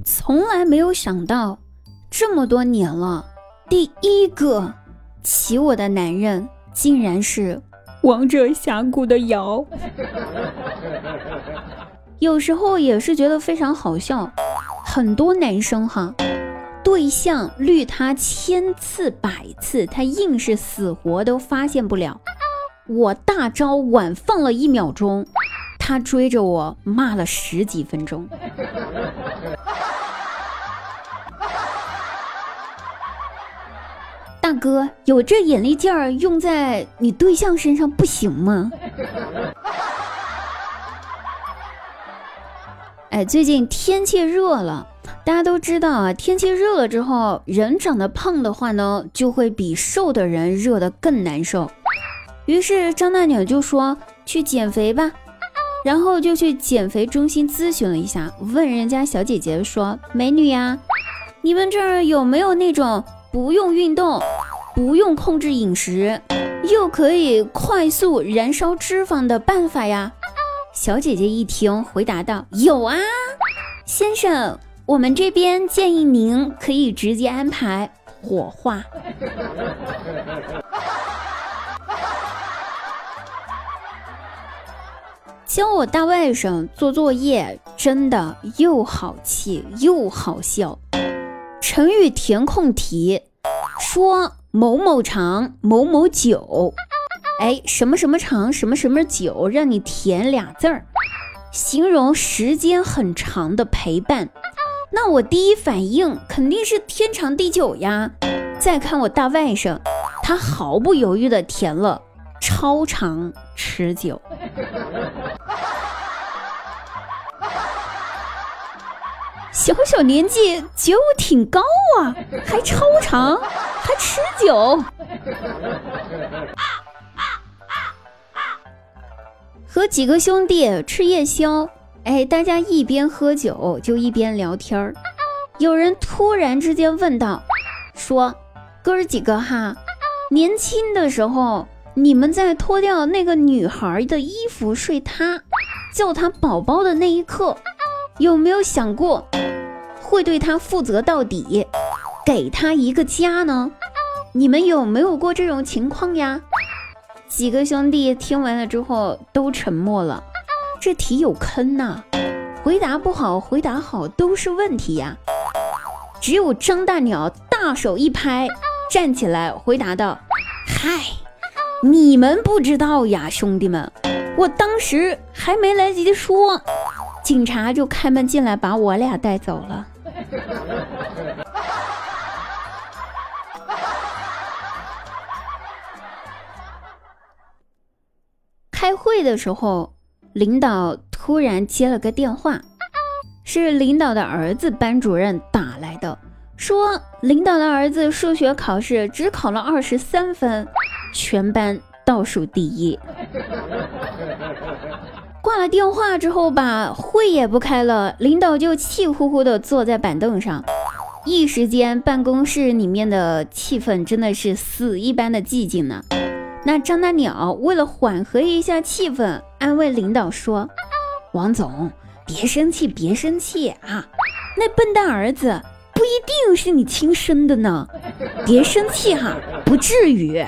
从来没有想到，这么多年了，第一个骑我的男人竟然是王者峡谷的瑶。有时候也是觉得非常好笑，很多男生哈，对象绿他1000次100次，他硬是死活都发现不了。我大招晚放了1秒钟，他追着我骂了10几分钟。大哥，有这眼力劲儿用在你对象身上不行吗？最近天气热了，大家都知道啊，天气热了之后，人长得胖的话呢，就会比瘦的人热得更难受。于是张大鸟就说去减肥吧，然后就去减肥中心咨询了一下，问人家小姐姐说，美女呀，你们这儿有没有那种不用运动，不用控制饮食，又可以快速燃烧脂肪的办法呀？小姐姐一听回答道，有啊，先生，我们这边建议您可以直接安排火化。教我大外甥做作业真的又好气又好笑。成语填空题说某某长某某久，什么什么长什么什么久，让你填俩字儿，形容时间很长的陪伴。那我第一反应肯定是天长地久呀。再看我大外甥，他毫不犹豫地填了超长持久。小小年纪觉悟挺高啊，还超长，还持久。和几个兄弟吃夜宵，大家一边喝酒就一边聊天。有人突然之间问道，说哥儿几个哈，年轻的时候你们在脱掉那个女孩的衣服睡她，叫她宝宝的那一刻，有没有想过会对她负责到底，给她一个家呢？你们有没有过这种情况呀？几个兄弟听完了之后都沉默了。这题有坑呐，回答不好回答好都是问题呀。只有张大鸟大手一拍，站起来回答道，嗨，你们不知道呀，兄弟们，我当时还没来及说，警察就开门进来把我俩带走了。开会的时候，领导突然接了个电话，是领导的儿子班主任打来的，说领导的儿子数学考试只考了23分，全班倒数第一。挂了电话之后吧，会也不开了，领导就气呼呼地坐在板凳上，一时间办公室里面的气氛真的是死一般的寂静呢。那张大鸟为了缓和一下气氛，安慰领导说，王总别生气别生气啊，那笨蛋儿子不一定是你亲生的呢，别生气哈，不至于。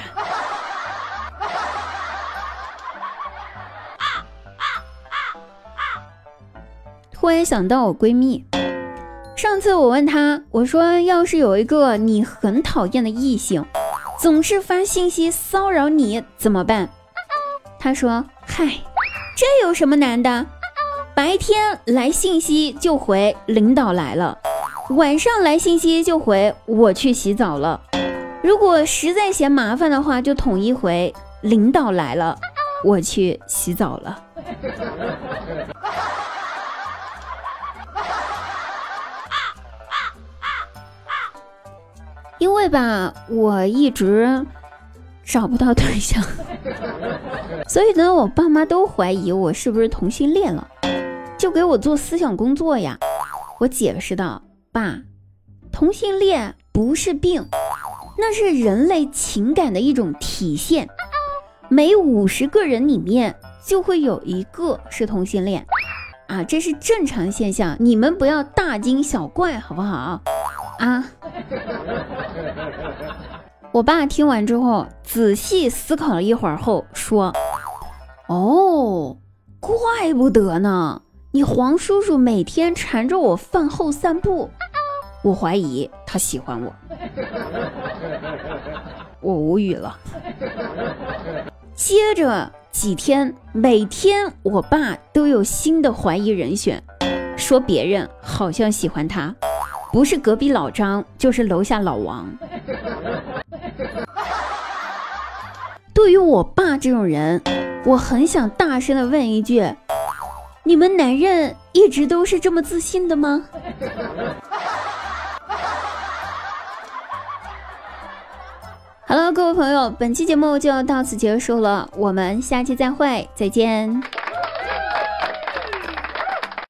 突然想到我闺蜜，上次我问她，我说要是有一个你很讨厌的异性总是发信息骚扰你怎么办？她说，嗨，这有什么难的，白天来信息就回领导来了，晚上来信息就回我去洗澡了，如果实在嫌麻烦的话，就统一回领导来了，我去洗澡了。因为吧，我一直找不到对象，所以呢，我爸妈都怀疑我是不是同性恋了，就给我做思想工作呀。我解释道，爸，同性恋不是病，那是人类情感的一种体现，每50个人里面就会有1个是同性恋， 啊，这是正常现象，你们不要大惊小怪好不好啊？我爸听完之后仔细思考了一会儿后说，哦，怪不得呢，你黄叔叔每天缠着我饭后散步，我怀疑他喜欢我。我无语了。接着几天，每天我爸都有新的怀疑人选，说别人好像喜欢他，不是隔壁老张就是楼下老王。对于我爸这种人，我很想大声的问一句，你们男人一直都是这么自信的吗？好了，各位朋友，本期节目就要到此结束了，我们下期再会，再见。